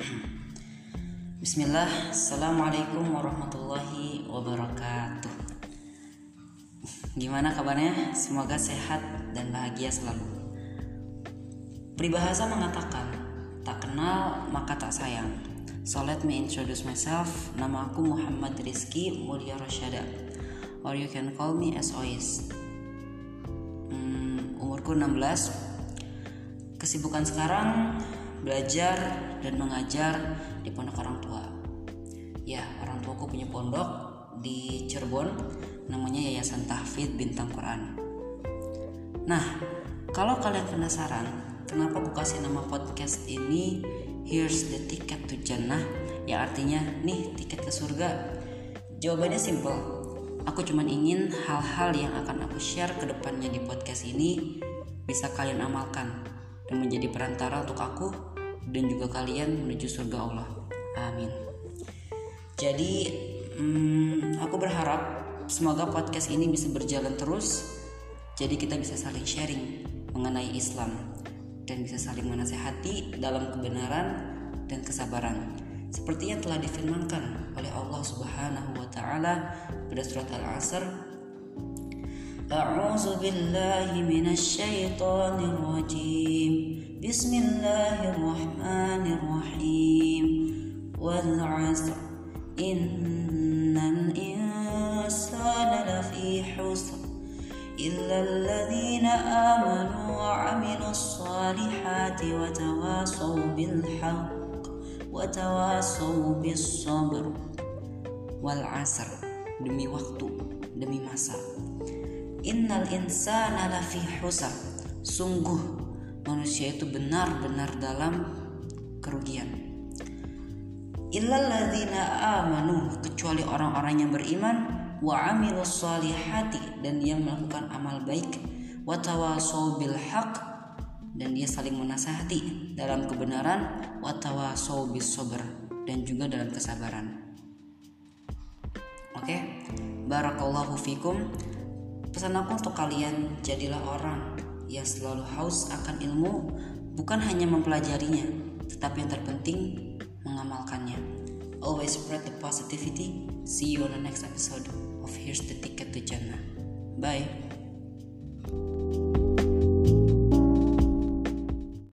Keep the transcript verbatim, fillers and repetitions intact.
Bismillah, Assalamualaikum warahmatullahi wabarakatuh. Gimana kabarnya? Semoga sehat dan bahagia selalu. Peribahasa mengatakan, tak kenal maka tak sayang. So let me introduce myself. Nama aku Muhammad Rizky Mulia Rosyada, or you can call me as Ois. hmm, Umurku enam belas. Kesibukan sekarang belajar dan mengajar di pondok orang tua. Ya, orang tuaku punya pondok di Cirebon, namanya Yayasan Tahfidz Bintang Quran. Nah, kalau kalian penasaran kenapa aku kasih nama podcast ini Here's the Ticket to Jannah, yang artinya nih tiket ke surga, jawabannya simple. Aku cuma ingin hal-hal yang akan aku share ke depannya di podcast ini bisa kalian amalkan dan menjadi perantara untuk aku dan juga kalian menuju surga Allah. Amin. Jadi hmm, aku berharap semoga podcast ini bisa berjalan terus. Jadi kita bisa saling sharing mengenai Islam dan bisa saling menasehati dalam kebenaran dan kesabaran, seperti yang telah difirmankan oleh Allah Subhanahu wa taala pada surat Al-Asr. A'udzu billahi minasy syaithanir rajim. Bismillahirrahmanirrahim. Wal 'asr innal insana lafi khusr illa alladhina amanu wa 'amilus solihati wa tawassaw bil haqq wa tawassaw bis sabr. Wal 'asr, demi waktu, demi masa. Innal insana lafi khusr, sungguh manusia itu benar-benar dalam kerugian. Illal ladzina amanu, kecuali orang-orang yang beriman, wa amilus solihati, dan yang melakukan amal baik, wa tawassaw bil haqq, dan dia saling menasihati dalam kebenaran, wa tawassaw bis sabr, dan juga dalam kesabaran. Oke, okay? Barakallahu fikum. Pesan aku untuk kalian, jadilah orang yang selalu haus akan ilmu, bukan hanya mempelajarinya, tetapi yang terpenting mengamalkannya. Always spread the positivity. See you on the next episode of Here's the Ticket to Jannah. Bye.